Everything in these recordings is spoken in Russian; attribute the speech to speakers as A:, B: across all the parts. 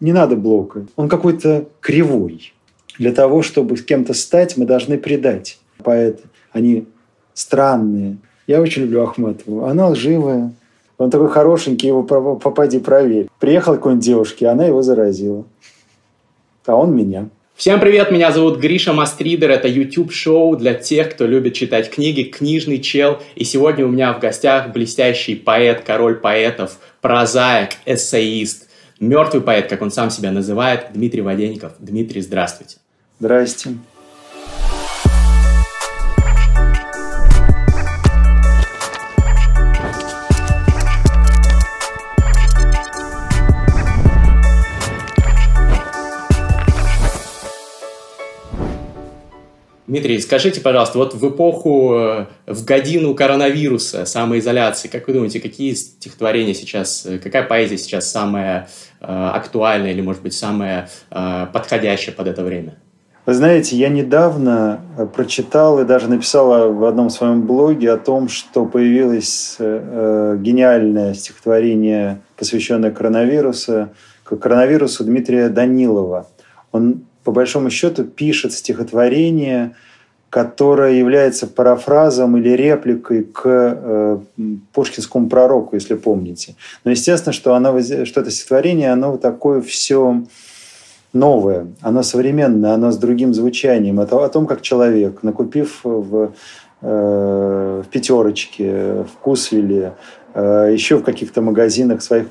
A: не надо блока. Он какой-то кривой. Для того, чтобы с кем-то стать, мы должны предать. Поэты, они странные. Я очень люблю Ахматову. Она лживая. Он такой хорошенький, его попади проверь. Приехал к какой-нибудь девушке, она его заразила. А он меня.
B: Всем привет, меня зовут Гриша Мастридер, это YouTube-шоу для тех, кто любит читать книги, книжный чел. И сегодня у меня в гостях блестящий поэт, король поэтов, прозаик, эссеист, мертвый поэт, как он сам себя называет, Дмитрий Воденников. Дмитрий, здравствуйте.
A: Здрасте.
B: Дмитрий, скажите, пожалуйста, вот в эпоху, в годину коронавируса, самоизоляции, как вы думаете, какие стихотворения сейчас, какая поэзия сейчас самая актуальная или, может быть, самая подходящая под это время?
A: Вы знаете, я недавно прочитал и даже написал в одном своем блоге о том, что появилось гениальное стихотворение, посвященное коронавирусу Дмитрия Данилова. Он, по большому счету, пишет стихотворение, которое является парафразом или репликой к пушкинскому пророку, если помните. Но естественно, что это стихотворение, оно такое все новое, оно современное, оно с другим звучанием. Это о том, как человек, накупив в «Пятерочке», в «Вкусвилле», еще в каких-то магазинах своих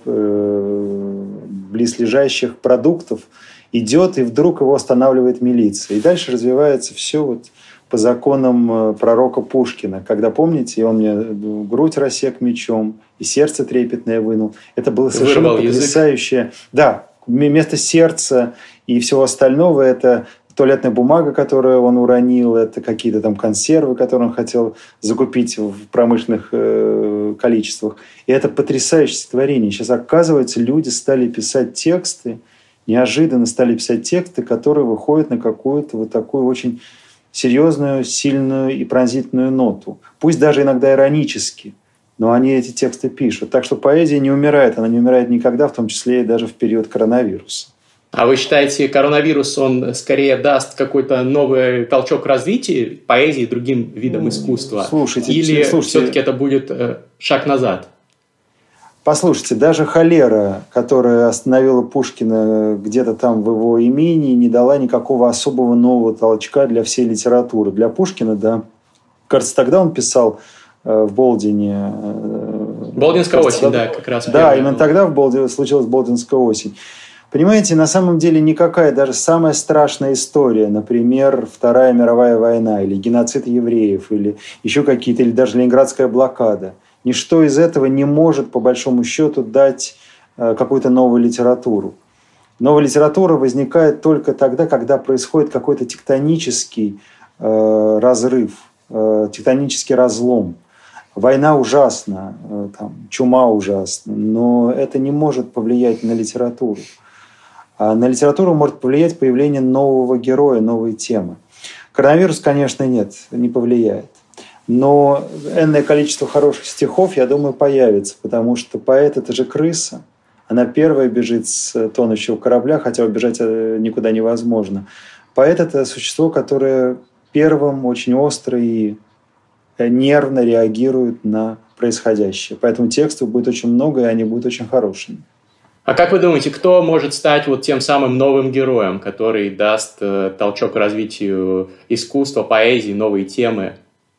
A: близлежащих продуктов, идет, и вдруг его останавливает милиция. И дальше развивается все вот по законам пророка Пушкина. Когда, помните, он мне грудь рассек мечом, и сердце трепетное вынул. Это было совершенно потрясающее. Да, вместо сердца и всего остального это туалетная бумага, которую он уронил, это какие-то там консервы, которые он хотел закупить в промышленных количествах. И это потрясающее стихотворение. Сейчас, оказывается, люди стали писать тексты, неожиданно стали писать тексты, которые выходят на какую-то вот такую очень серьезную, сильную и пронзительную ноту. Пусть даже иногда иронически, но они эти тексты пишут. Так что поэзия не умирает, она не умирает никогда, в том числе и даже в период коронавируса. А
B: вы считаете, коронавирус, он скорее даст какой-то новый толчок развития поэзии и другим видам искусства? Или все-таки это будет шаг назад?
A: Послушайте, даже холера, которая остановила Пушкина где-то там в его имении, не дала никакого особого нового толчка для всей литературы. Для Пушкина, да. Кажется, тогда он писал в Болдине.
B: Болдинская осень, да, как раз.
A: Да, именно тогда случилась Болдинская осень. Понимаете, на самом деле никакая, даже самая страшная история, например, Вторая мировая война, или геноцид евреев, или еще какие-то, или даже Ленинградская блокада, ничто из этого не может, по большому счету, дать какую-то новую литературу. Новая литература возникает только тогда, когда происходит какой-то тектонический разрыв, тектонический разлом. Война ужасна, чума ужасна, но это не может повлиять на литературу. А на литературу может повлиять появление нового героя, новой темы. Коронавирус, конечно, нет, не повлияет. Но энное количество хороших стихов, я думаю, появится, потому что поэт – это же крыса. Она первая бежит с тонущего корабля, хотя убежать никуда невозможно. Поэт – это существо, которое первым очень остро и нервно реагирует на происходящее. Поэтому текстов будет очень много, и они будут очень хорошими.
B: А как вы думаете, кто может стать вот тем самым новым героем, который даст толчок развитию искусства, поэзии, новые темы?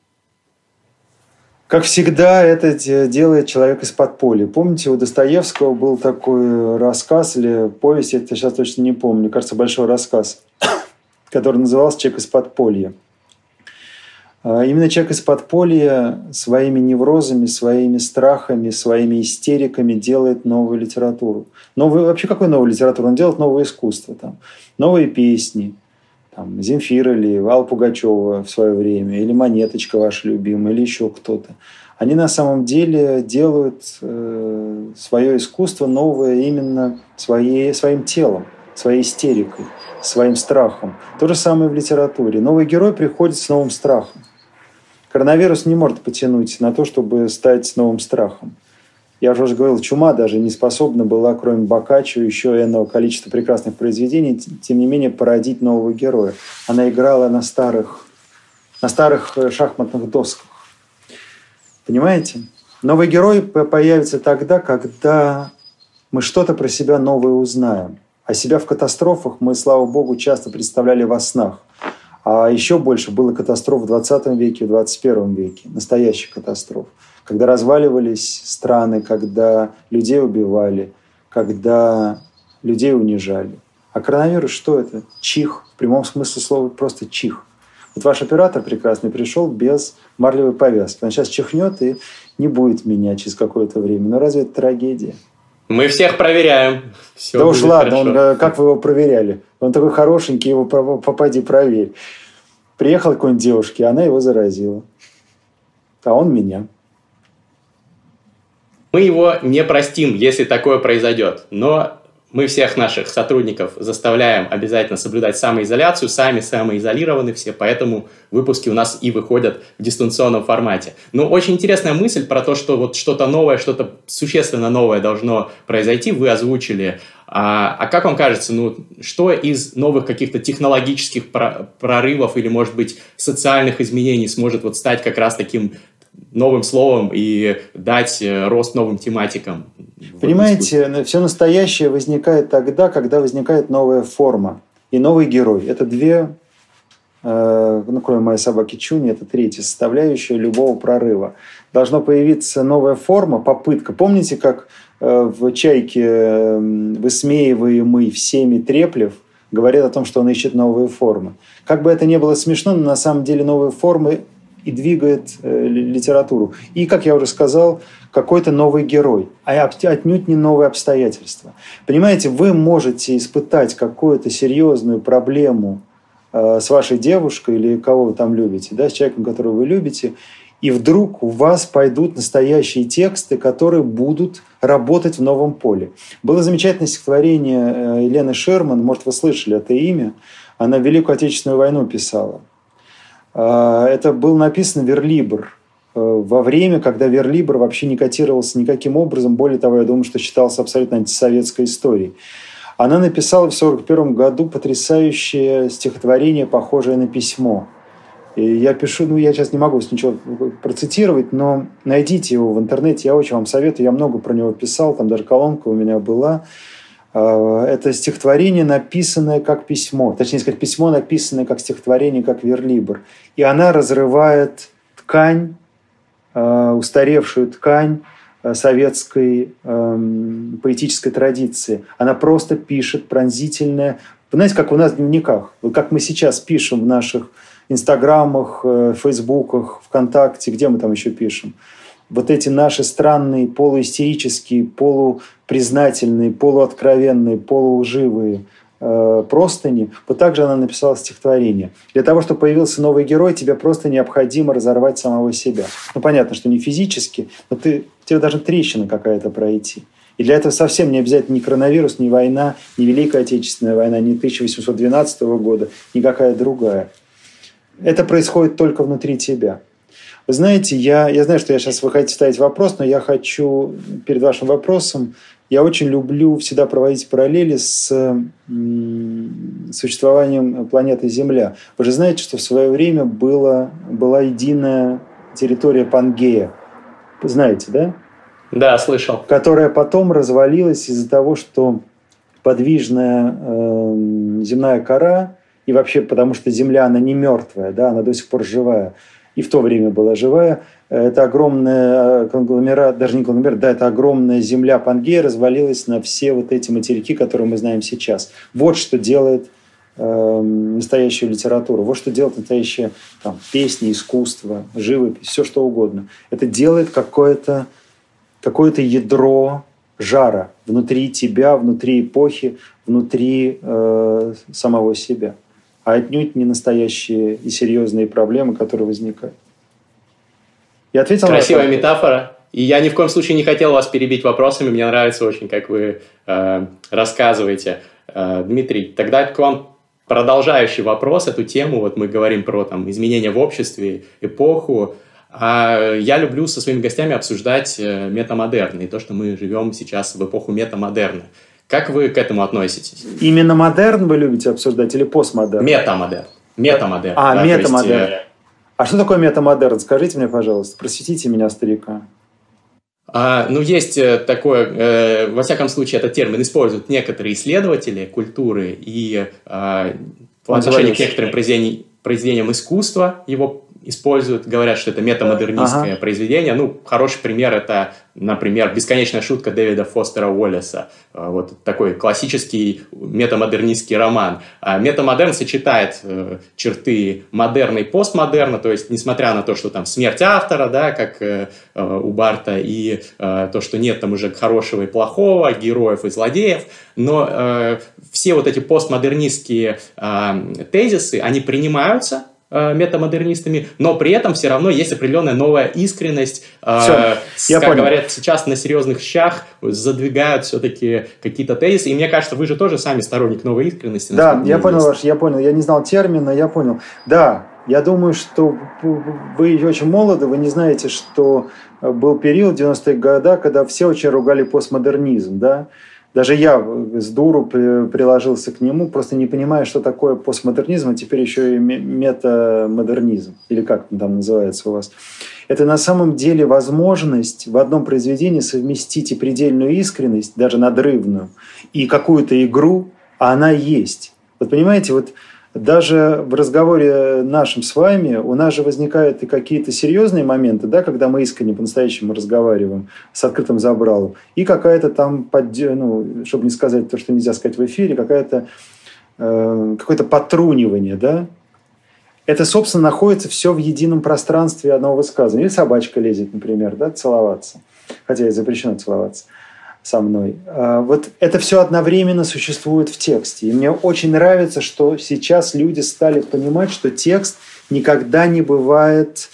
A: Как всегда, это делает человек из подполья. Помните, у Достоевского был такой рассказ или повесть, я сейчас точно не помню, кажется, большой рассказ, который назывался «Человек из подполья». Именно человек из подполья своими неврозами, своими страхами, своими истериками делает новую литературу. Вообще, какую новую литературу? Он делает новое искусство. Новые песни. Земфира или Алла Пугачева в свое время, или Монеточка ваша любимая, или еще кто-то. Они на самом деле делают свое искусство новое именно своим телом, своей истерикой, своим страхом. То же самое в литературе. Новый герой приходит с новым страхом. Коронавирус не может потянуть на то, чтобы стать новым страхом. Я уже говорил, чума даже не способна была, кроме Боккаччо, еще иного количества прекрасных произведений, тем не менее, породить нового героя. Она играла на старых шахматных досках. Понимаете? Новый герой появится тогда, когда мы что-то про себя новое узнаем. А себя в катастрофах мы, слава богу, часто представляли во снах. А еще больше было катастроф в 20 веке, в 21 веке. Настоящих катастроф. Когда разваливались страны, когда людей убивали, когда людей унижали. А коронавирус что это? Чих. В прямом смысле слова просто чих. Вот ваш оператор прекрасный пришел без марлевой повязки. Он сейчас чихнет и не будет меня через какое-то время. Но разве это трагедия?
B: Мы всех проверяем. Все
A: да уж ладно, как вы его проверяли? Он такой хорошенький, его попади проверь. Приехал к какой-нибудь девушке, она его заразила. А он меня.
B: Мы его не простим, если такое произойдет. Но мы всех наших сотрудников заставляем обязательно соблюдать самоизоляцию. Сами самоизолированы все, поэтому выпуски у нас и выходят в дистанционном формате. Но очень интересная мысль про то, что вот что-то новое, что-то существенно новое должно произойти, вы озвучили. А как вам кажется, что из новых каких-то технологических прорывов или, может быть, социальных изменений сможет вот стать как раз таким новым словом и дать рост новым тематикам?
A: Понимаете, все настоящее возникает тогда, когда возникает новая форма и новый герой. Это две, кроме моей собаки Чуни, это третья составляющая любого прорыва. Должна появиться новая форма, попытка. Помните, как в «Чайке» высмеиваемый всеми Треплев говорит о том, что он ищет новые формы. Как бы это ни было смешно, но на самом деле новые формы и двигает литературу. И, как я уже сказал, какой-то новый герой, а отнюдь не новые обстоятельства. Понимаете, вы можете испытать какую-то серьезную проблему с вашей девушкой или кого вы там любите, да, с человеком, которого вы любите, и вдруг у вас пойдут настоящие тексты, которые будут работать в новом поле. Было замечательное стихотворение Елены Шерман, может, вы слышали это имя, она Великую Отечественную войну писала. Это был написан верлибр во время, когда верлибр вообще не котировался никаким образом. Более того, я думаю, что считался абсолютно антисоветской историей. Она написала в 1941 году потрясающее стихотворение, похожее на письмо. И я пишу, я сейчас не могу ничего процитировать, но найдите его в интернете, я очень вам советую. Я много про него писал, там даже колонка у меня была. Это стихотворение, написанное как письмо. Точнее сказать, письмо, написанное как стихотворение, как верлибр. И она разрывает ткань, устаревшую ткань советской поэтической традиции. Она просто пишет пронзительное. Вы знаете, как у нас в дневниках. Вот как мы сейчас пишем в наших инстаграмах, фейсбуках, ВКонтакте, где мы там еще пишем. Вот эти наши странные, полуистерические, полупризнательные, полуоткровенные, полулживые простыни. Вот так же она написала стихотворение. Для того, чтобы появился новый герой, тебе просто необходимо разорвать самого себя. Понятно, что не физически, но тебе должна трещина какая-то пройти. И для этого совсем не обязательно ни коронавирус, ни война, ни Великая Отечественная война, ни 1812 года, никакая другая. Это происходит только внутри тебя. Вы знаете, я знаю, что вы хотите ставить вопрос, но я хочу перед вашим вопросом, я очень люблю всегда проводить параллели с существованием планеты Земля. Вы же знаете, что в свое время была единая территория Пангея. Знаете, да?
B: Да, слышал.
A: Которая потом развалилась из-за того, что подвижная земная кора, и вообще потому что Земля, она не мертвая, да, она до сих пор живая, и в то время была живая. Это огромная конгломерат, даже не конгломерат, да, это огромная земля Пангея развалилась на все вот эти материки, которые мы знаем сейчас. Вот что делает настоящую литературу, вот что делает настоящие песни, искусство, живопись, все что угодно. Это делает какое-то ядро жара внутри тебя, внутри эпохи, внутри самого себя. А отнюдь не настоящие и серьезные проблемы, которые возникают. Я ответил
B: Красивая метафора. И я ни в коем случае не хотел вас перебить вопросами. Мне нравится очень, как вы рассказываете. Дмитрий, тогда к вам продолжающий вопрос, эту тему. Вот мы говорим про изменения в обществе, эпоху. А я люблю со своими гостями обсуждать метамодерн и то, что мы живем сейчас в эпоху метамодерна. Как вы к этому относитесь?
A: Именно модерн вы любите обсуждать или постмодерн?
B: Метамодерн. Метамодерн.
A: Да, метамодерн.
B: Есть,
A: а что такое метамодерн? Скажите мне, пожалуйста, просветите меня, старика.
B: Есть такое, во всяком случае, этот термин используют некоторые исследователи культуры и по отношению к некоторым произведениям искусства его используют, говорят, что это метамодернистское произведение. Хороший пример – это, например, «Бесконечная шутка» Дэвида Фостера Уоллеса. Вот такой классический метамодернистский роман. Метамодерн сочетает черты модерна и постмодерна, то есть, несмотря на то, что там смерть автора, да, как у Барта, и то, что нет там уже хорошего и плохого, героев и злодеев, но все вот эти постмодернистские тезисы, они принимаются метамодернистами, но при этом все равно есть определенная новая искренность. Как говорят сейчас, на серьезных щах задвигают все-таки какие-то тезисы. И мне кажется, вы же тоже сами сторонник новой искренности.
A: Да, я понял. Я не знал термина, я понял. Да, я думаю, что вы очень молоды, вы не знаете, что был период 90-е годы, когда все очень ругали постмодернизм, да? Даже я с дуру приложился к нему, просто не понимая, что такое постмодернизм, а теперь еще и метамодернизм, или как он там называется у вас. Это на самом деле возможность в одном произведении совместить и предельную искренность, даже надрывную, и какую-то игру, а она есть. Вот понимаете, вот даже в разговоре нашем с вами у нас же возникают и какие-то серьезные моменты, да, когда мы искренне по-настоящему разговариваем с открытым забралом, и какая-то там, чтобы не сказать то, что нельзя сказать в эфире, какое-то подтрунивание, да. Это, собственно, находится все в едином пространстве одного высказывания. Или собачка лезет, например, да, целоваться. Хотя и запрещено целоваться со мной. Вот это все одновременно существует в тексте. И мне очень нравится, что сейчас люди стали понимать, что текст никогда не бывает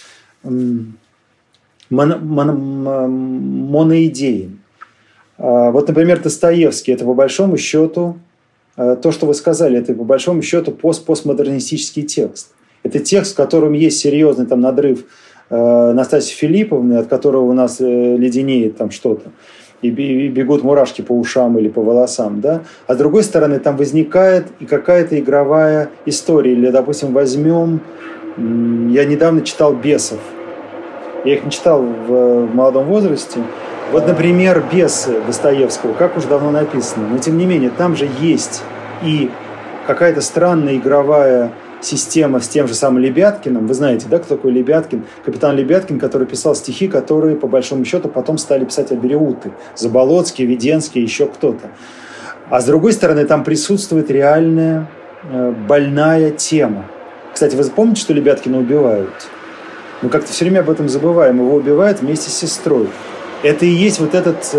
A: моноидеен. Вот, например, Достоевский – это по большому счету, то, что вы сказали, это по большому счету постмодернистический текст. Это текст, в котором есть серьезный там надрыв Настасьи Филипповны, от которого у нас леденеет там что-то. И бегут мурашки по ушам или по волосам, да? А с другой стороны, там возникает и какая-то игровая история. Или, допустим, возьмем... Я недавно читал «Бесов». Я их не читал в молодом возрасте. Вот, например, «Бесы» Достоевского, как уж давно написано. Но, тем не менее, там же есть и какая-то странная игровая система с тем же самым Лебяткиным. Вы знаете, да, кто такой Лебяткин? Капитан Лебяткин, который писал стихи, которые, по большому счету, потом стали писать абериуты. Заболоцкий, Веденский, еще кто-то. А с другой стороны, там присутствует реальная больная тема. Кстати, вы помните, что Лебяткина убивают? Мы как-то все время об этом забываем. Его убивают вместе с сестрой. Это и есть вот этот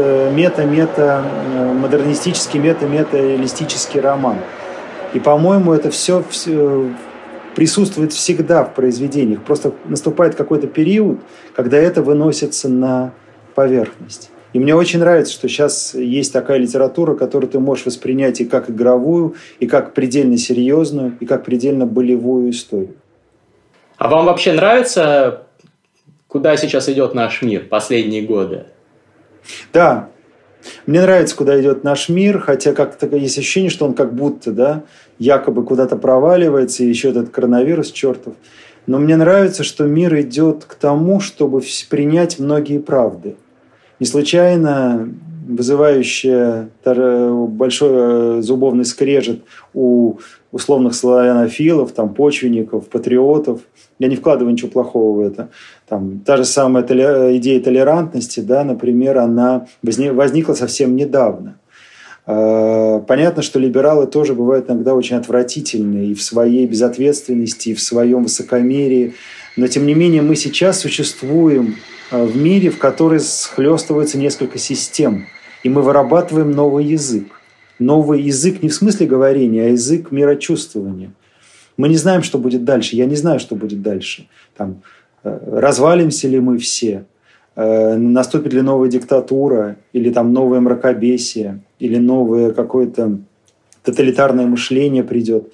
A: модернистический, мета-реалистический роман. И, по-моему, это все присутствует всегда в произведениях. Просто наступает какой-то период, когда это выносится на поверхность. И мне очень нравится, что сейчас есть такая литература, которую ты можешь воспринять и как игровую, и как предельно серьезную, и как предельно болевую историю.
B: А вам вообще нравится, куда сейчас идет наш мир последние годы?
A: Да. Мне нравится, куда идет наш мир, хотя как-то есть ощущение, что он как будто, да, якобы куда-то проваливается, и еще этот коронавирус чертов. Но мне нравится, что мир идет к тому, чтобы принять многие правды. Не случайно вызывающая большой зубовный скрежет у условных славянофилов, там, почвенников, патриотов. Я не вкладываю ничего плохого в это. Там, та же самая идея толерантности, да, например, она возникла совсем недавно. Понятно, что либералы тоже бывают иногда очень отвратительны и в своей безответственности, и в своем высокомерии. Но, тем не менее, мы сейчас существуем в мире, в который схлестываются несколько систем. И мы вырабатываем новый язык. Новый язык не в смысле говорения, а язык мирочувствования. Мы не знаем, что будет дальше. Я не знаю, что будет дальше. Там, развалимся ли мы все? Наступит ли новая диктатура? Или там новое мракобесие? Или новое какое-то тоталитарное мышление придет?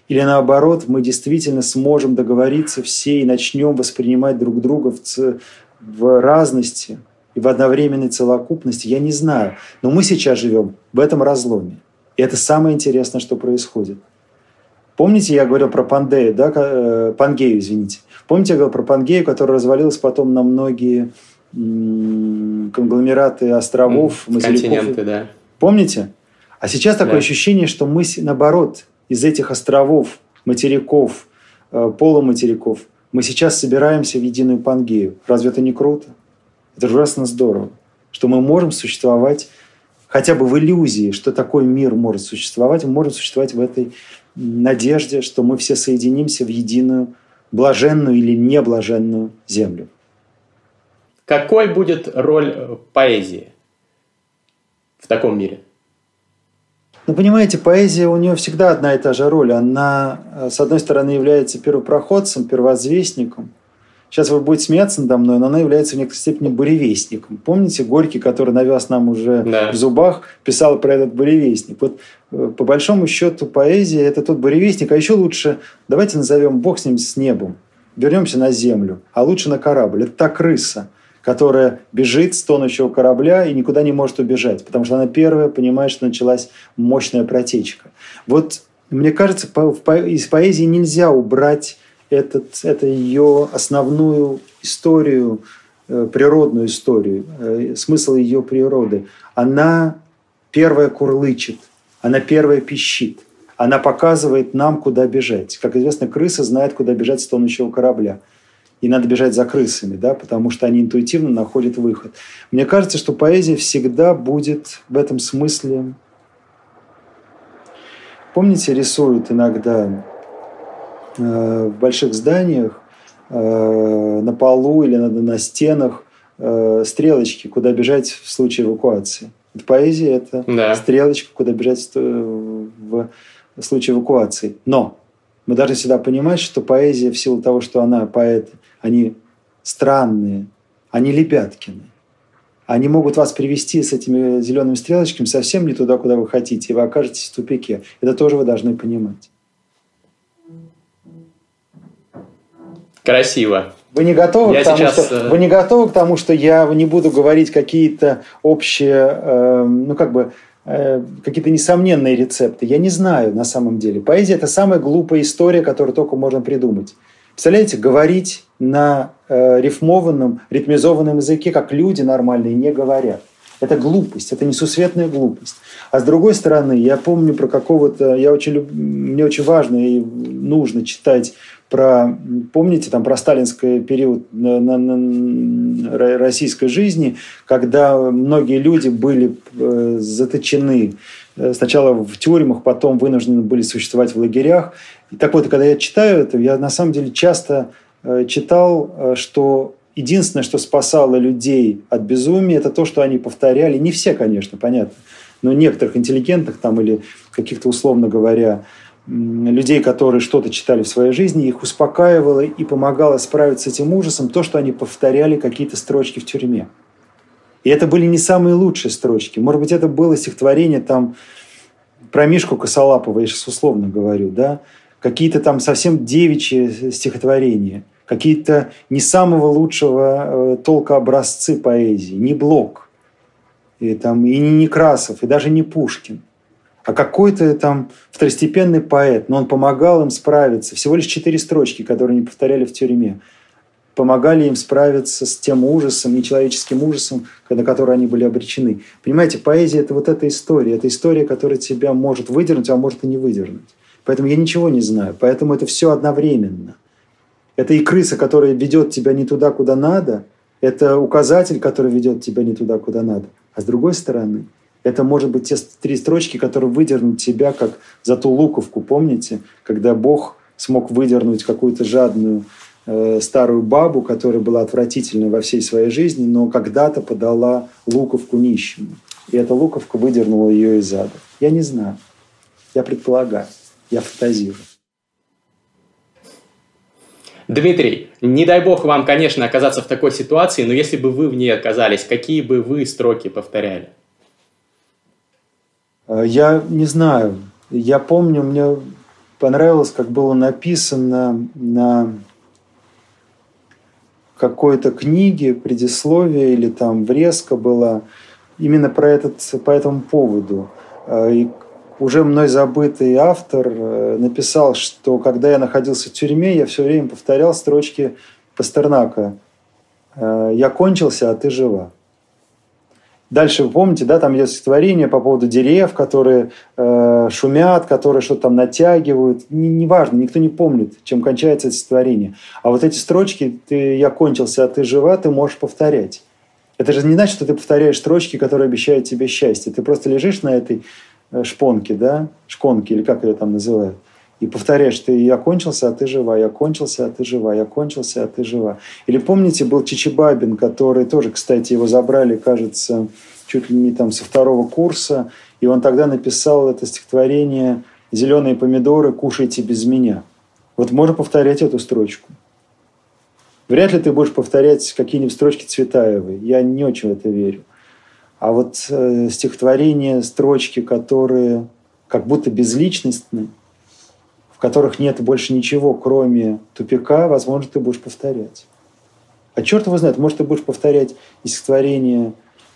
A: Или наоборот, мы действительно сможем договориться все и начнем воспринимать друг друга в разности и в одновременной целокупности, я не знаю. Но мы сейчас живем в этом разломе. И это самое интересное, что происходит. Помните, я говорил про Пангею, да? Пангею, извините. Помните, я говорил про Пангею, которая развалилась потом на многие конгломераты островов, материков?
B: Континенты, да.
A: Помните? А сейчас такое ощущение, что мы, наоборот, из этих островов, материков, полуматериков, мы сейчас собираемся в единую Пангею. Разве это не круто? Это ужасно здорово, что мы можем существовать хотя бы в иллюзии, что такой мир может существовать. Мы можем существовать в этой надежде, что мы все соединимся в единую блаженную или неблаженную землю.
B: Какой будет роль поэзии в таком мире?
A: Ну, понимаете, поэзия, у нее всегда одна и та же роль. Она, с одной стороны, является первопроходцем, первозвестником. Сейчас вы будете смеяться надо мной, но она является в некоторой степени буревестником. Помните, Горький, который навез нам уже в зубах, писал про этот буревестник. Вот по большому счету поэзия – это тот буревестник. А еще лучше, давайте назовем Бог с ним, с небом. Вернемся на землю, а лучше на корабль. Это та крыса, которая бежит с тонущего корабля и никуда не может убежать, потому что она первая понимает, что началась мощная протечка. Вот мне кажется, из поэзии нельзя убрать эту ее основную историю, природную историю, смысл ее природы. Она первая курлычет, она первая пищит, она показывает нам, куда бежать. Как известно, крыса знает, куда бежать с тонущего корабля. И надо бежать за крысами, да, потому что они интуитивно находят выход. Мне кажется, что поэзия всегда будет в этом смысле... Помните, рисуют иногда в больших зданиях на полу или на стенах стрелочки, куда бежать в случае эвакуации. Это поэзия, это стрелочка, куда бежать в случае эвакуации. Но мы должны всегда понимать, что поэзия, в силу того, что она поэт, они странные, они Лебяткины. Они могут вас привести с этими зелеными стрелочками совсем не туда, куда вы хотите, и вы окажетесь в тупике. Это тоже вы должны понимать.
B: Красиво.
A: Вы не готовы к тому, что я не буду говорить какие-то общие, какие-то несомненные рецепты. Я не знаю на самом деле. Поэзия – это самая глупая история, которую только можно придумать. Представляете, говорить на рифмованном, ритмизованном языке, как люди нормальные не говорят. Это глупость, это несусветная глупость. А с другой стороны, я помню про какого-то... Мне очень важно и нужно читать помните, про сталинский период российской жизни, когда многие люди были заточены сначала в тюрьмах, потом вынуждены были существовать в лагерях. И так вот, когда я читаю это, я на самом деле часто читал, что единственное, что спасало людей от безумия, это то, что они повторяли. Не все, конечно, понятно, но некоторых интеллигентных или каких-то, условно говоря, людей, которые что-то читали в своей жизни, их успокаивало и помогало справиться с этим ужасом то, что они повторяли какие-то строчки в тюрьме. И это были не самые лучшие строчки. Может быть, это было стихотворение про Мишку Косолапова, я сейчас условно говорю, да? Какие-то совсем девичьи стихотворения, какие-то не самого лучшего толка образцы поэзии, не Блок, и не Некрасов, и даже не Пушкин. А какой-то второстепенный поэт, но он помогал им справиться. Всего лишь 4 строчки, которые они повторяли в тюрьме, помогали им справиться с тем ужасом, нечеловеческим ужасом, на который они были обречены. Понимаете, поэзия – это вот эта история. Это история, которая тебя может выдернуть, а может и не выдернуть. Поэтому я ничего не знаю. Поэтому это все одновременно. Это и крыса, которая ведет тебя не туда, куда надо. Это указатель, который ведет тебя не туда, куда надо. А с другой стороны, это, может быть, те 3 строчки, которые выдернут тебя, как за ту луковку, помните? Когда Бог смог выдернуть какую-то жадную старую бабу, которая была отвратительной во всей своей жизни, но когда-то подала луковку нищему. И эта луковка выдернула ее из ада. Я не знаю. Я предполагаю. Я фантазирую.
B: Дмитрий, не дай бог вам, конечно, оказаться в такой ситуации, но если бы вы в ней оказались, какие бы вы строки повторяли? Я
A: не знаю. Я помню, мне понравилось, как было написано на какой-то книге, предисловие или там врезка была именно по этому поводу. И уже мной забытый автор написал, что когда я находился в тюрьме, я все время повторял строчки Пастернака: «Я кончился, а ты жива». Дальше, вы помните, да, там идет стихотворение по поводу деревьев, которые шумят, которые что-то там натягивают. Неважно, никто не помнит, чем кончается это стихотворение. А вот эти строчки «я кончился, а ты жива» ты можешь повторять. Это же не значит, что ты повторяешь строчки, которые обещают тебе счастье. Ты просто лежишь на этой шпонке, да, шконке, или как ее там называют, и повторяешь: ты «я кончился, а ты жива, я кончился, а ты жива, я кончился, а ты жива». Или помните, был Чичибабин, который тоже, кстати, его забрали, кажется, чуть ли не там со 2-го курса, и он тогда написал это стихотворение «Зеленые помидоры, кушайте без меня». Вот можно повторять эту строчку. Вряд ли ты будешь повторять какие-нибудь строчки Цветаевой. Я не очень в это верю. А вот стихотворения, строчки, которые как будто безличностны, в которых нет больше ничего, кроме тупика, возможно, ты будешь повторять. А черт его знает, может, ты будешь повторять и стихотворение,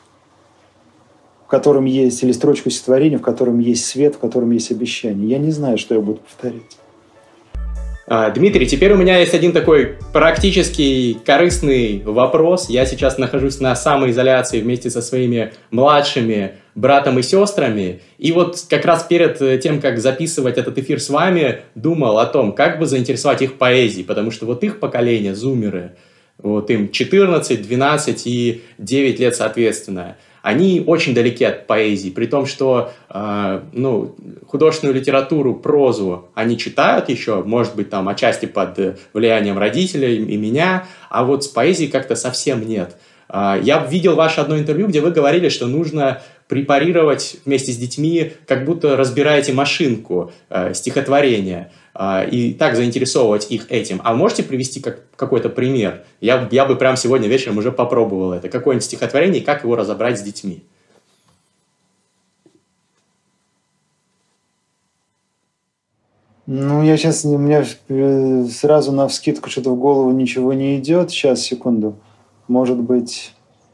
A: в котором есть, или строчку стихотворения, в котором есть свет, в котором есть обещание. Я не знаю, что я буду повторять.
B: Дмитрий, теперь у меня есть один такой практически корыстный вопрос. Я сейчас нахожусь на самоизоляции вместе со своими младшими братом и сестрами. И вот как раз перед тем, как записывать этот эфир с вами, думал о том, как бы заинтересовать их поэзией. Потому что вот их поколение, зумеры, вот им 14, 12 и 9 лет соответственно, они очень далеки от поэзии, при том, что художественную литературу, прозу они читают еще, может быть, там отчасти под влиянием родителей и меня, а вот с поэзией как-то совсем нет. Я видел ваше одно интервью, где вы говорили, что нужно препарировать вместе с детьми, как будто разбираете машинку стихотворения, и так заинтересовывать их этим. А можете привести какой-то пример? Я бы прямо сегодня вечером уже попробовал это. Какое-нибудь стихотворение и как его разобрать с детьми?
A: Ну, у меня сразу навскидку что-то в голову ничего не идет. Сейчас, секунду. Может быть...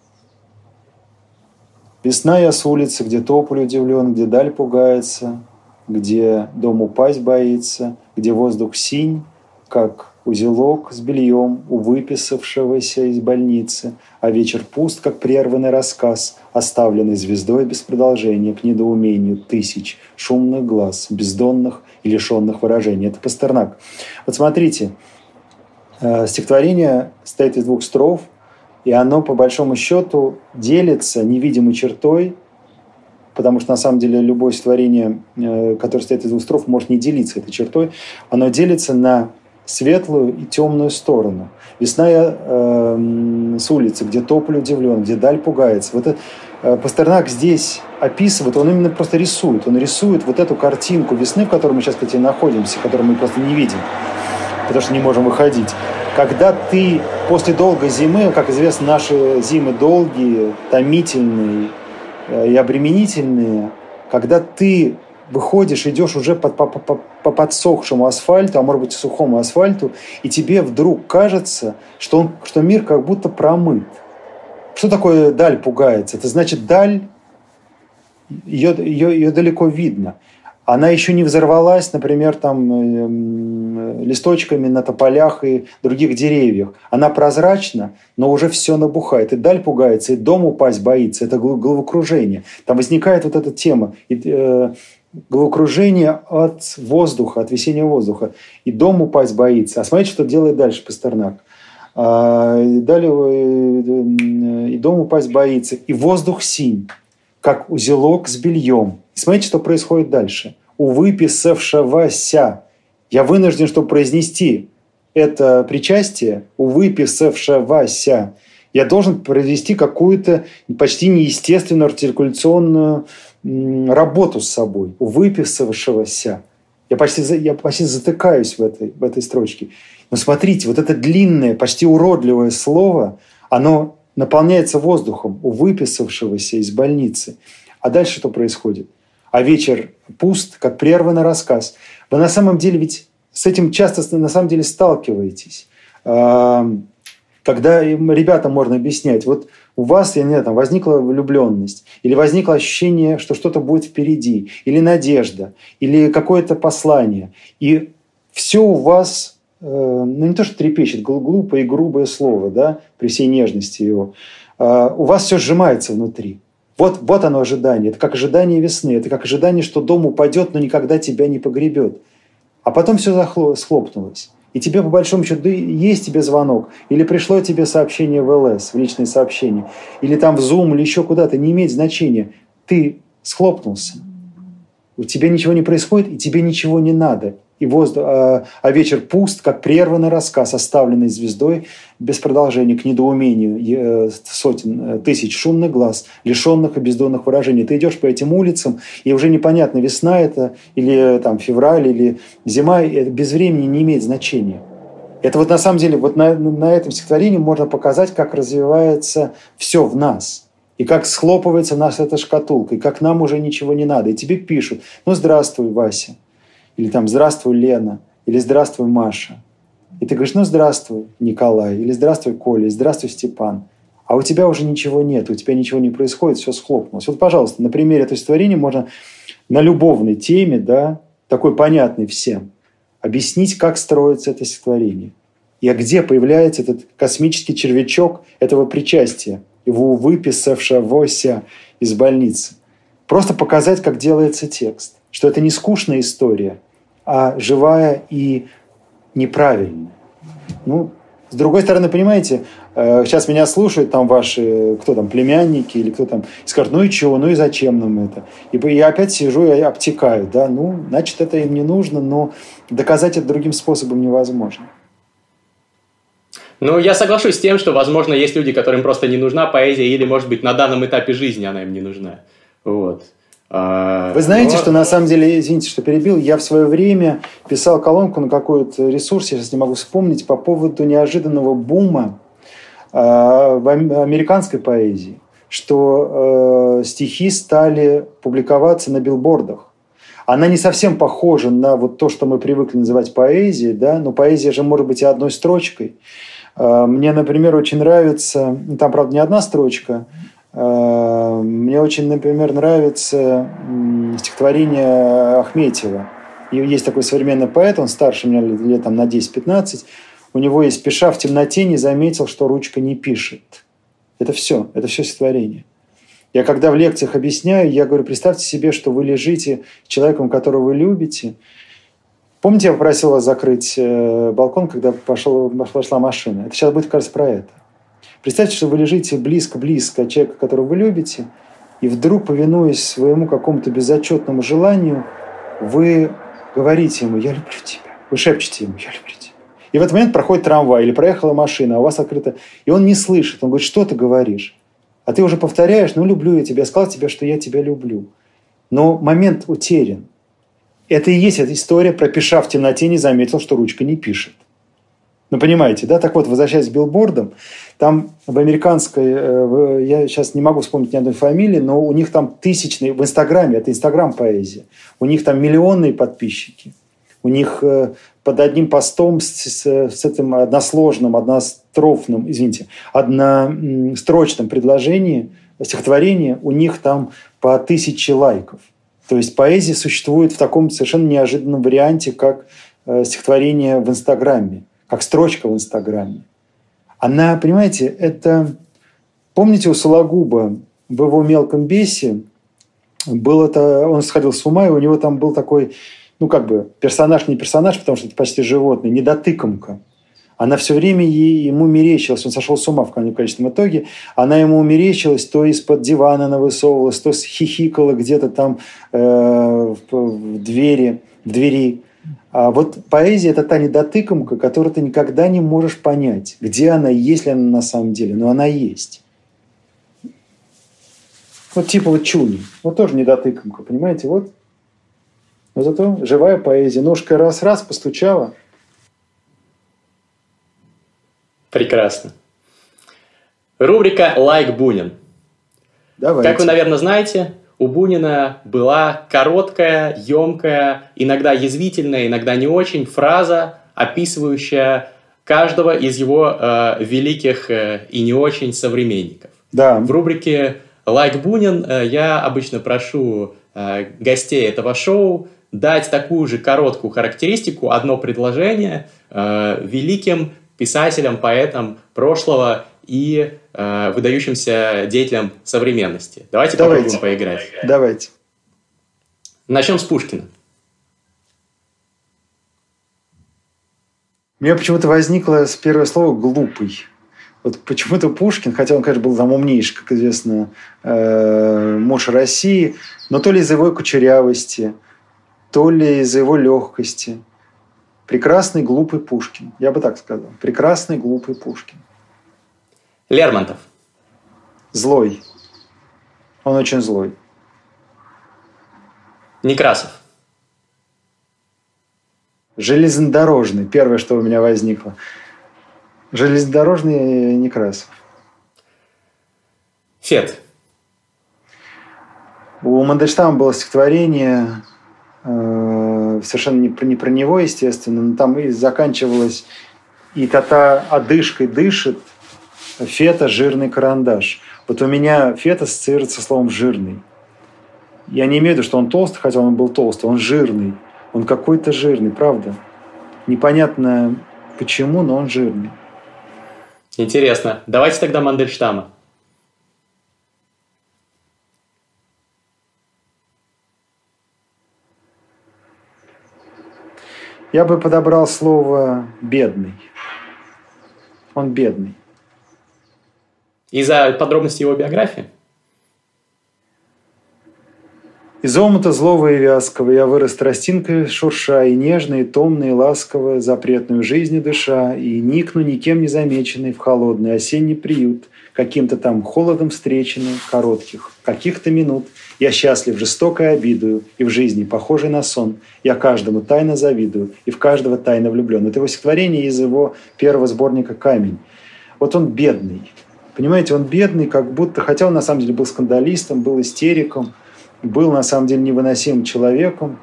A: Весна я с улицы, где тополь удивлен, где даль пугается, где дом упасть боится, где воздух синь, как узелок с бельем у выписавшегося из больницы, а вечер пуст, как прерванный рассказ, оставленный звездой без продолжения к недоумению тысяч шумных глаз, бездонных и лишенных выражений. Это Пастернак. Вот смотрите, стихотворение состоит из 2 строф, и оно, по большому счету, делится невидимой чертой, потому что, на самом деле, любое стихотворение, которое состоит из 2 строф, может не делиться этой чертой. Оно делится на светлую и темную сторону. Весна я с улицы, где тополь удивлен, где даль пугается. Вот это, Пастернак здесь описывает, он именно просто рисует. Он рисует вот эту картинку весны, в которой мы сейчас, кстати, находимся, которую мы просто не видим, потому что не можем выходить. Когда ты после долгой зимы, как известно, наши зимы долгие, томительные и обременительные, когда ты выходишь, идешь уже по подсохшему асфальту, а может быть и сухому асфальту, и тебе вдруг кажется, что мир как будто промыт. Что такое даль пугается? Это значит, даль, ее далеко видно. Она еще не взорвалась, например, там, листочками на тополях и других деревьях. Она прозрачна, но уже все набухает. И даль пугается, и дом упасть боится. Это головокружение. Там возникает вот эта тема. Головокружение от воздуха, от весеннего воздуха. И дом упасть боится. А смотрите, что делает дальше Пастернак. Далее и дом упасть боится. И воздух синь, как узелок с бельем. И смотрите, что происходит дальше. У выписавшегося. Я вынужден, чтобы произнести это причастие. У выписавшегося. Я должен произвести какую-то почти неестественную артикуляционную работу с собой. У выписавшегося. Я почти затыкаюсь в этой строчке. Но смотрите, вот это длинное, почти уродливое слово, оно наполняется воздухом у выписавшегося из больницы. А дальше что происходит? а вечер пуст, как прерванный рассказ. Вы на самом деле ведь с этим часто на самом деле сталкиваетесь. Когда ребятам можно объяснять, вот у вас, я не знаю, там возникла влюбленность, или возникло ощущение, что что-то будет впереди, или надежда, или какое-то послание. И все у вас, ну не то, что трепещет, глупое и грубое слово, да, при всей нежности его, у вас все сжимается внутри. Вот оно ожидание. Это как ожидание весны, это как ожидание, что дом упадет, но никогда тебя не погребет. А потом все схлопнулось. И тебе, по большому счету, есть тебе звонок, или пришло тебе сообщение в ЛС, в личные сообщения, или там в Zoom, или еще куда-то, не имеет значения. Ты схлопнулся. У тебя ничего не происходит, и тебе ничего не надо. И а вечер пуст, как прерванный рассказ, оставленный звездой без продолжения, к недоумению сотен тысяч шумных глаз, лишенных и бездонных выражений. Ты идешь по этим улицам, и уже непонятно, весна это, или там, февраль, или зима, это без времени не имеет значения. Это вот на самом деле, вот на этом стихотворении можно показать, как развивается все в нас. И как схлопывается наша эта шкатулка, и как нам уже ничего не надо. И тебе пишут: ну, здравствуй, Вася. Или там «Здравствуй, Лена», или «Здравствуй, Маша». И ты говоришь: ну, здравствуй, Николай, или «Здравствуй, Коля», или «Здравствуй, Степан». А у тебя уже ничего нет, у тебя ничего не происходит, все схлопнулось. Вот, пожалуйста, на примере этого стихотворения можно на любовной теме, да, такой понятной всем, объяснить, как строится это стихотворение. И где появляется этот космический червячок этого причастия, его выписавшегося из больницы. Просто показать, как делается текст. Что это не скучная история, а живая и неправильная. Ну, с другой стороны, понимаете, сейчас меня слушают там ваши, кто там, племянники или кто там, и скажут: ну и чего, ну и зачем нам это? И я опять сижу и обтекаю, да, ну, значит, это им не нужно, но доказать это другим способом невозможно.
B: Ну, я соглашусь с тем, что, возможно, есть люди, которым просто не нужна поэзия, или, может быть, на данном этапе жизни она им не нужна. Вот.
A: Вы знаете, что на самом деле, извините, что перебил, я в свое время писал колонку на какой-то ресурс, я сейчас не могу вспомнить, по поводу неожиданного бума в американской поэзии, что стихи стали публиковаться на билбордах. Она не совсем похожа на вот то, что мы привыкли называть поэзией, да? Но поэзия же может быть и одной строчкой. Мне, например, очень нравится, там, правда, не одна строчка, мне очень, например, нравится стихотворение Ахметьева. И есть такой современный поэт, он старше меня лет там, на 10-15. У него есть: «Пиша в темноте, не заметил, что ручка не пишет». Это все стихотворение. Я когда в лекциях объясняю, я говорю: представьте себе, что вы лежите с человеком, которого вы любите. Помните, я попросил вас закрыть балкон, когда пошла машина? Это сейчас будет, кажется, про это. Представьте, что вы лежите близко-близко от человека, которого вы любите, и вдруг, повинуясь своему какому-то безотчетному желанию, вы говорите ему: «Я люблю тебя». Вы шепчете ему: «Я люблю тебя». И в этот момент проходит трамвай или проехала машина, а у вас открыто... И он не слышит. Он говорит: что ты говоришь? А ты уже повторяешь: ну, люблю я тебя. Я сказал тебе, что я тебя люблю. Но момент утерян. Это и есть эта история про «пиша в темноте, не заметил, что ручка не пишет». Ну, понимаете, да? Так вот, возвращаясь к билбордам, там в американской, я сейчас не могу вспомнить ни одной фамилии, но у них там тысячные, в Инстаграме, это Инстаграм-поэзия, у них там миллионные подписчики. У них под одним постом с этим односложным, однострочным предложением, стихотворение, у них там по 1000 лайков. То есть поэзия существует в таком совершенно неожиданном варианте, как стихотворение в Инстаграме, как строчка в Инстаграме. Она, понимаете, это... Помните, у Сологуба в его «Мелком бесе» он сходил с ума, и у него там был такой, ну, как бы, персонаж, не персонаж, потому что это почти животное, недотыкомка. Она все время ему мерещилась, он сошел с ума в конечном итоге, она ему мерещилась, то из-под дивана она высовывалась, то хихикала где-то там в двери. А вот поэзия – это та недотыкомка, которую ты никогда не можешь понять, где она, есть ли она на самом деле, но она есть. Вот типа вот Чуни, вот тоже недотыкомка, понимаете, вот. Но зато живая поэзия, ножкой раз-раз постучала.
B: Прекрасно. Рубрика «Лайк Бунин».
A: Давайте.
B: Как вы, наверное, знаете, у Бунина была короткая, емкая, иногда язвительная, иногда не очень фраза, описывающая каждого из его великих и не очень современников.
A: Да.
B: В рубрике «Like Бунин» я обычно прошу гостей этого шоу дать такую же короткую характеристику, одно предложение великим писателям, поэтам прошлого и выдающимся деятелям современности. Давайте попробуем поиграть.
A: Давайте.
B: Начнем с Пушкина.
A: У меня почему-то возникло первое слово «глупый». Вот почему-то Пушкин, хотя он, конечно, был там умнейший, как известно, муж России, но то ли из-за его кучерявости, то ли из-за его легкости. Прекрасный, глупый Пушкин. Я бы так сказал. Прекрасный, глупый Пушкин.
B: Лермонтов.
A: Злой. Он очень злой.
B: Некрасов.
A: Железнодорожный. Первое, что у меня возникло. Железнодорожный Некрасов.
B: Фет.
A: У Мандельштама было стихотворение, совершенно не про него, естественно, но там и заканчивалось «И та одышкой дышит, Фета жирный карандаш». Вот у меня Фета ассоциируется со словом «жирный». Я не имею в виду, что он толстый, хотя он был толстый, он жирный. Он какой-то жирный, правда. Непонятно почему, но он жирный.
B: Интересно. Давайте тогда Мандельштама.
A: Я бы подобрал слово «бедный». Он бедный.
B: Из-за подробностей его биографии?
A: Из омута злого и вязкого я вырос тростинкой шурша, и нежно, и томно, и ласково, запретную жизнью дыша, и никну никем не замеченный в холодный осенний приют, каким-то там холодом встреченный, коротких, каких-то минут. Я счастлив жестокой обидою, и в жизни, похожей на сон, я каждому тайно завидую, и в каждого тайно влюблен. Это его стихотворение из его первого сборника «Камень». Вот он бедный. Понимаете, он бедный, как будто, хотя он на самом деле был скандалистом, был истериком, был на самом деле невыносимым человеком,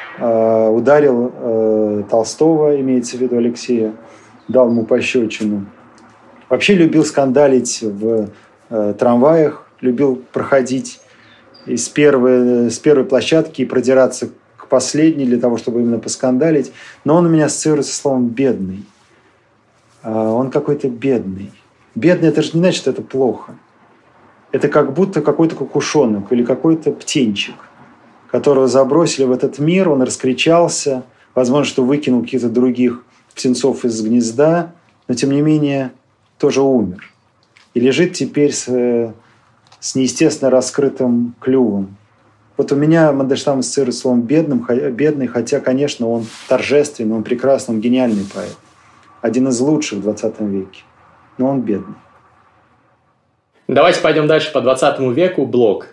A: ударил Толстого, имеется в виду Алексея, дал ему пощечину. Вообще любил скандалить в трамваях, любил проходить с первой площадки и продираться к последней для того, чтобы именно поскандалить. Но он у меня ассоциируется со словом «бедный». Он какой-то бедный. Бедный – это же не значит, что это плохо. Это как будто какой-то кукушонок или какой-то птенчик, которого забросили в этот мир, он раскричался, возможно, что выкинул каких-то других птенцов из гнезда, но, тем не менее, тоже умер. И лежит теперь с неестественно раскрытым клювом. Вот у меня Мандельштам ассоциируется словом «бедный», хотя, конечно, он торжественный, он прекрасный, он гениальный поэт. Один из лучших в 20 веке. Но он бедный.
B: Давайте пойдем дальше по 20 веку. Блок.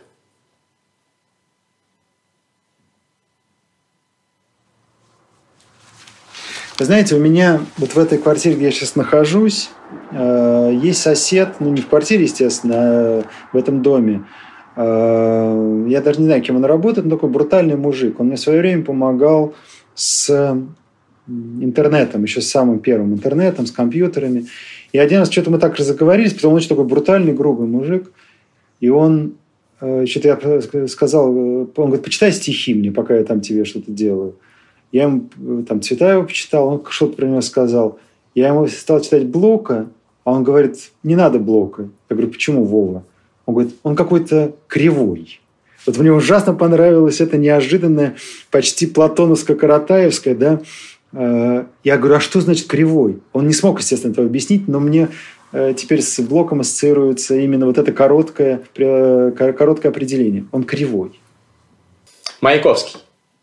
A: Вы знаете, у меня вот в этой квартире, где я сейчас нахожусь, есть сосед, ну не в квартире, естественно, а в этом доме. Я даже не знаю, кем он работает, но такой брутальный мужик. Он мне в свое время помогал с интернетом, еще с самым первым интернетом, с компьютерами. И один раз что-то мы так разговорились, потому что он очень такой брутальный, грубый мужик. И он, что-то я сказал, он говорит, почитай стихи мне, пока я там тебе что-то делаю. Я ему там Цветаева почитал, он что-то про него сказал. Я ему стал читать Блока, а он говорит, не надо Блока. Я говорю, почему, Вова? Он говорит, он какой-то кривой. Вот мне ужасно понравилось это неожиданное, почти платоновско-каратаевское, да. Я говорю, а что значит кривой? Он не смог, естественно, этого объяснить, но мне теперь с Блоком ассоциируется именно вот это короткое определение. Он кривой.
B: Маяковский.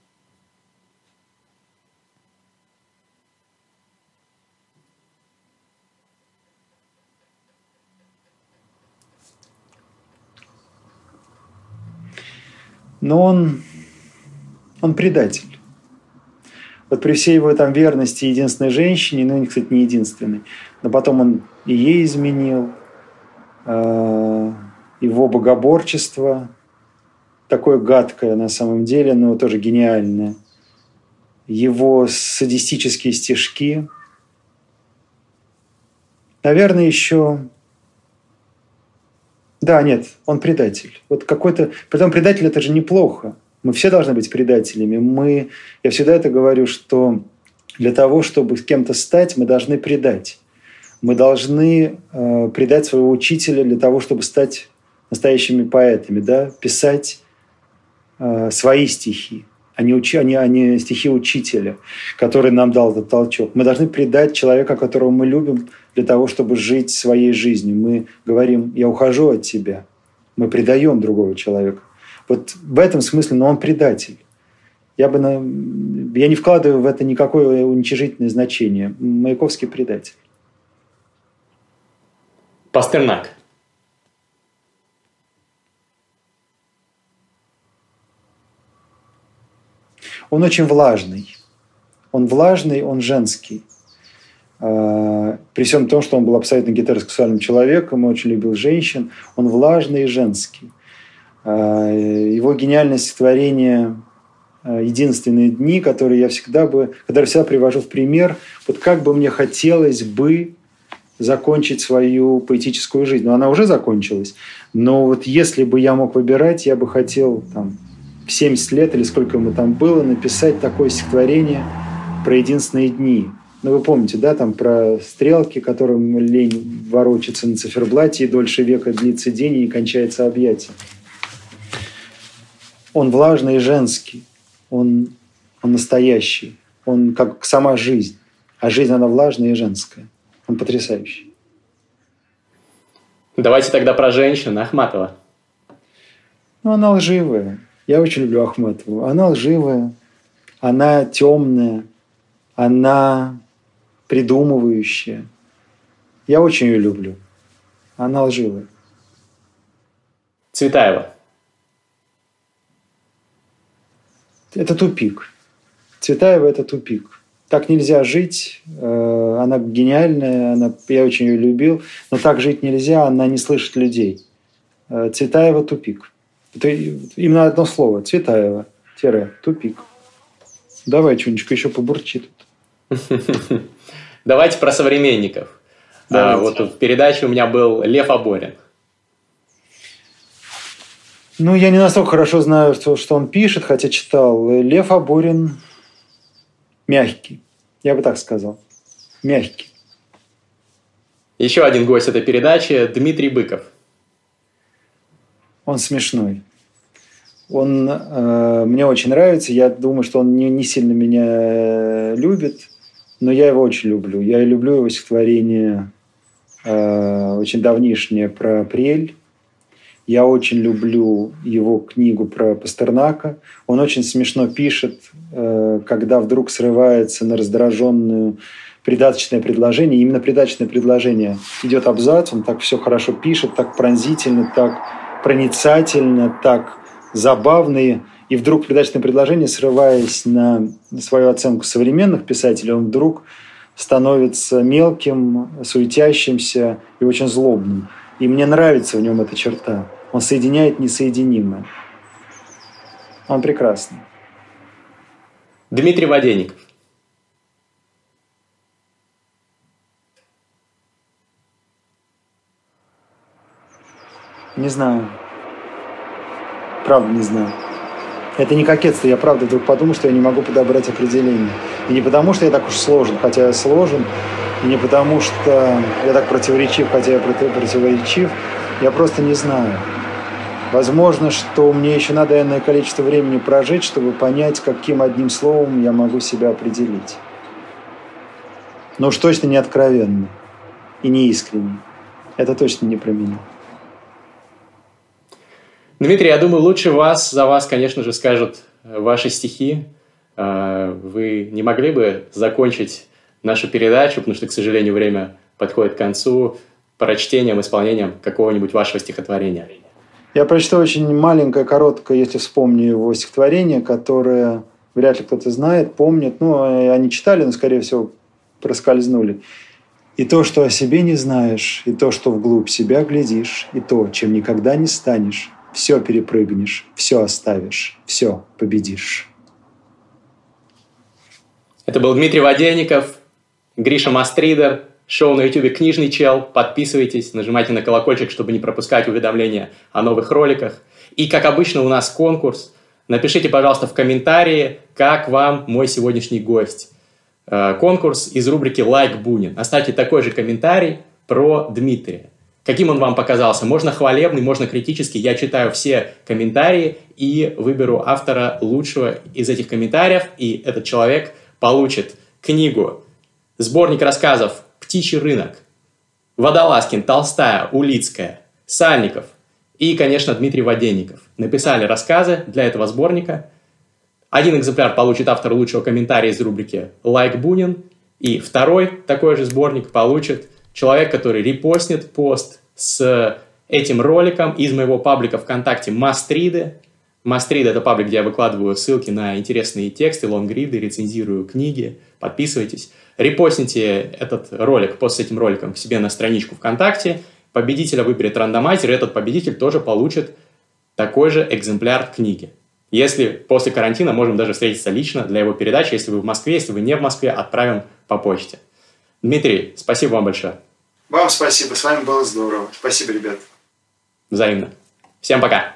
A: Но он предатель. Вот при всей его там верности единственной женщине, ну, кстати, не единственной, но потом он и ей изменил, его богоборчество, такое гадкое на самом деле, но тоже гениальное. Его садистические стишки. Наверное, еще... Да, нет, он предатель. Вот какой-то... Притом предатель – это же неплохо. Мы все должны быть предателями. Я всегда это говорю, что для того, чтобы кем-то стать, мы должны предать. Мы должны предать своего учителя для того, чтобы стать настоящими поэтами, да? Писать свои стихи, а не стихи учителя, который нам дал этот толчок. Мы должны предать человека, которого мы любим, для того, чтобы жить своей жизнью. Мы говорим: я ухожу от тебя. Мы предаем другого человека. Вот в этом смысле, но он предатель. Я не вкладываю в это никакое уничижительное значение. Маяковский предатель.
B: Пастернак.
A: Он очень влажный. Он влажный, он женский. При всем том, что он был абсолютно гетеросексуальным человеком, очень любил женщин, он влажный и женский. Его гениальное стихотворение «Единственные дни», которые я всегда привожу в пример, вот как бы мне хотелось бы закончить свою поэтическую жизнь. Но она уже закончилась. Но вот если бы я мог выбирать, я бы хотел в 70 лет или сколько ему там было написать такое стихотворение про единственные дни. Ну, вы помните, да, там про стрелки, которым лень ворочаться на циферблате, и дольше века длится день, и не кончается объятие. Он влажный и женский, он настоящий, он как сама жизнь. А жизнь, она влажная и женская. Он потрясающий.
B: Давайте тогда про женщин. Ахматова.
A: Ну, она лживая. Я очень люблю Ахматову. Она лживая, она темная, она придумывающая. Я очень ее люблю. Она лживая.
B: Цветаева.
A: Это тупик. Цветаева – это тупик. Так нельзя жить. Она гениальная, я очень ее любил. Но так жить нельзя, она не слышит людей. Цветаева – тупик. Это именно одно слово. Цветаева – тупик. Давай, Чунечка, еще побурчи тут.
B: Давайте про современников. Вот в передаче у меня был Лев Аборин.
A: Ну, я не настолько хорошо знаю, что он пишет, хотя читал. Лев Аборин мягкий. Я бы так сказал. Мягкий.
B: Еще один гость этой передачи – Дмитрий Быков.
A: Он смешной. Он мне очень нравится. Я думаю, что он не сильно меня любит, но я его очень люблю. Я люблю его стихотворение очень давнишнее про апрель. Я очень люблю его книгу про Пастернака. Он очень смешно пишет, когда вдруг срывается на раздраженную придаточное предложение. Именно придаточное предложение идет абзац, он так все хорошо пишет, так пронзительно, так проницательно, так забавно. И вдруг придаточное предложение, срываясь на свою оценку современных писателей, он вдруг становится мелким, суетящимся и очень злобным. И мне нравится в нем эта черта. Он соединяет несоединимое. Он прекрасный.
B: Дмитрий Воденников.
A: Не знаю. Правда, не знаю. Это не кокетство. Я правда вдруг подумал, что я не могу подобрать определение. И не потому, что я так уж сложен, хотя я сложен. И не потому, что я так противоречив, хотя я противоречив. Я просто не знаю. Возможно, что мне еще надо энное количество времени прожить, чтобы понять, каким одним словом я могу себя определить. Но уж точно не откровенно и не искренне. Это точно не про меня.
B: Дмитрий, я думаю, лучше за вас, конечно же, скажут ваши стихи. Вы не могли бы закончить нашу передачу, потому что, к сожалению, время подходит к концу, прочтением, исполнением какого-нибудь вашего стихотворения?
A: Я прочту очень маленькое, короткое, если вспомню его стихотворение, которое вряд ли кто-то знает, помнит. Ну, они читали, но, скорее всего, проскользнули. «И то, что о себе не знаешь, и то, что вглубь себя глядишь, и то, чем никогда не станешь, все перепрыгнешь, все оставишь, все победишь.
B: Это был Дмитрий Водяников, Гриша Мастридер, шоу на YouTube «Книжный чел». Подписывайтесь, нажимайте на колокольчик, чтобы не пропускать уведомления о новых роликах. И, как обычно, у нас конкурс. Напишите, пожалуйста, в комментарии, как вам мой сегодняшний гость. Конкурс из рубрики «Лайк Бунин». Оставьте такой же комментарий про Дмитрия. Каким он вам показался? Можно хвалебный, можно критический. Я читаю все комментарии и выберу автора лучшего из этих комментариев. И этот человек получит книгу, сборник рассказов «Птичий рынок», Водолазкин, Толстая, Улицкая, Сальников и, конечно, Дмитрий Водяников. Написали рассказы для этого сборника. Один экземпляр получит автор лучшего комментария из рубрики «Лайк Бунин». И второй такой же сборник получит человек, который репостнет пост с этим роликом из моего паблика ВКонтакте «Мастриды». «Мастриды» — это паблик, где я выкладываю ссылки на интересные тексты, лонгриды, рецензирую книги. Подписывайтесь. Репостните этот ролик, пост с этим роликом к себе на страничку ВКонтакте. Победителя выберет рандомайзер, и этот победитель тоже получит такой же экземпляр книги. Если после карантина можем даже встретиться лично для его передачи. Если вы в Москве, если вы не в Москве, отправим по почте. Дмитрий, спасибо вам большое.
A: Вам спасибо, с вами было здорово. Спасибо, ребят.
B: Взаимно. Всем пока.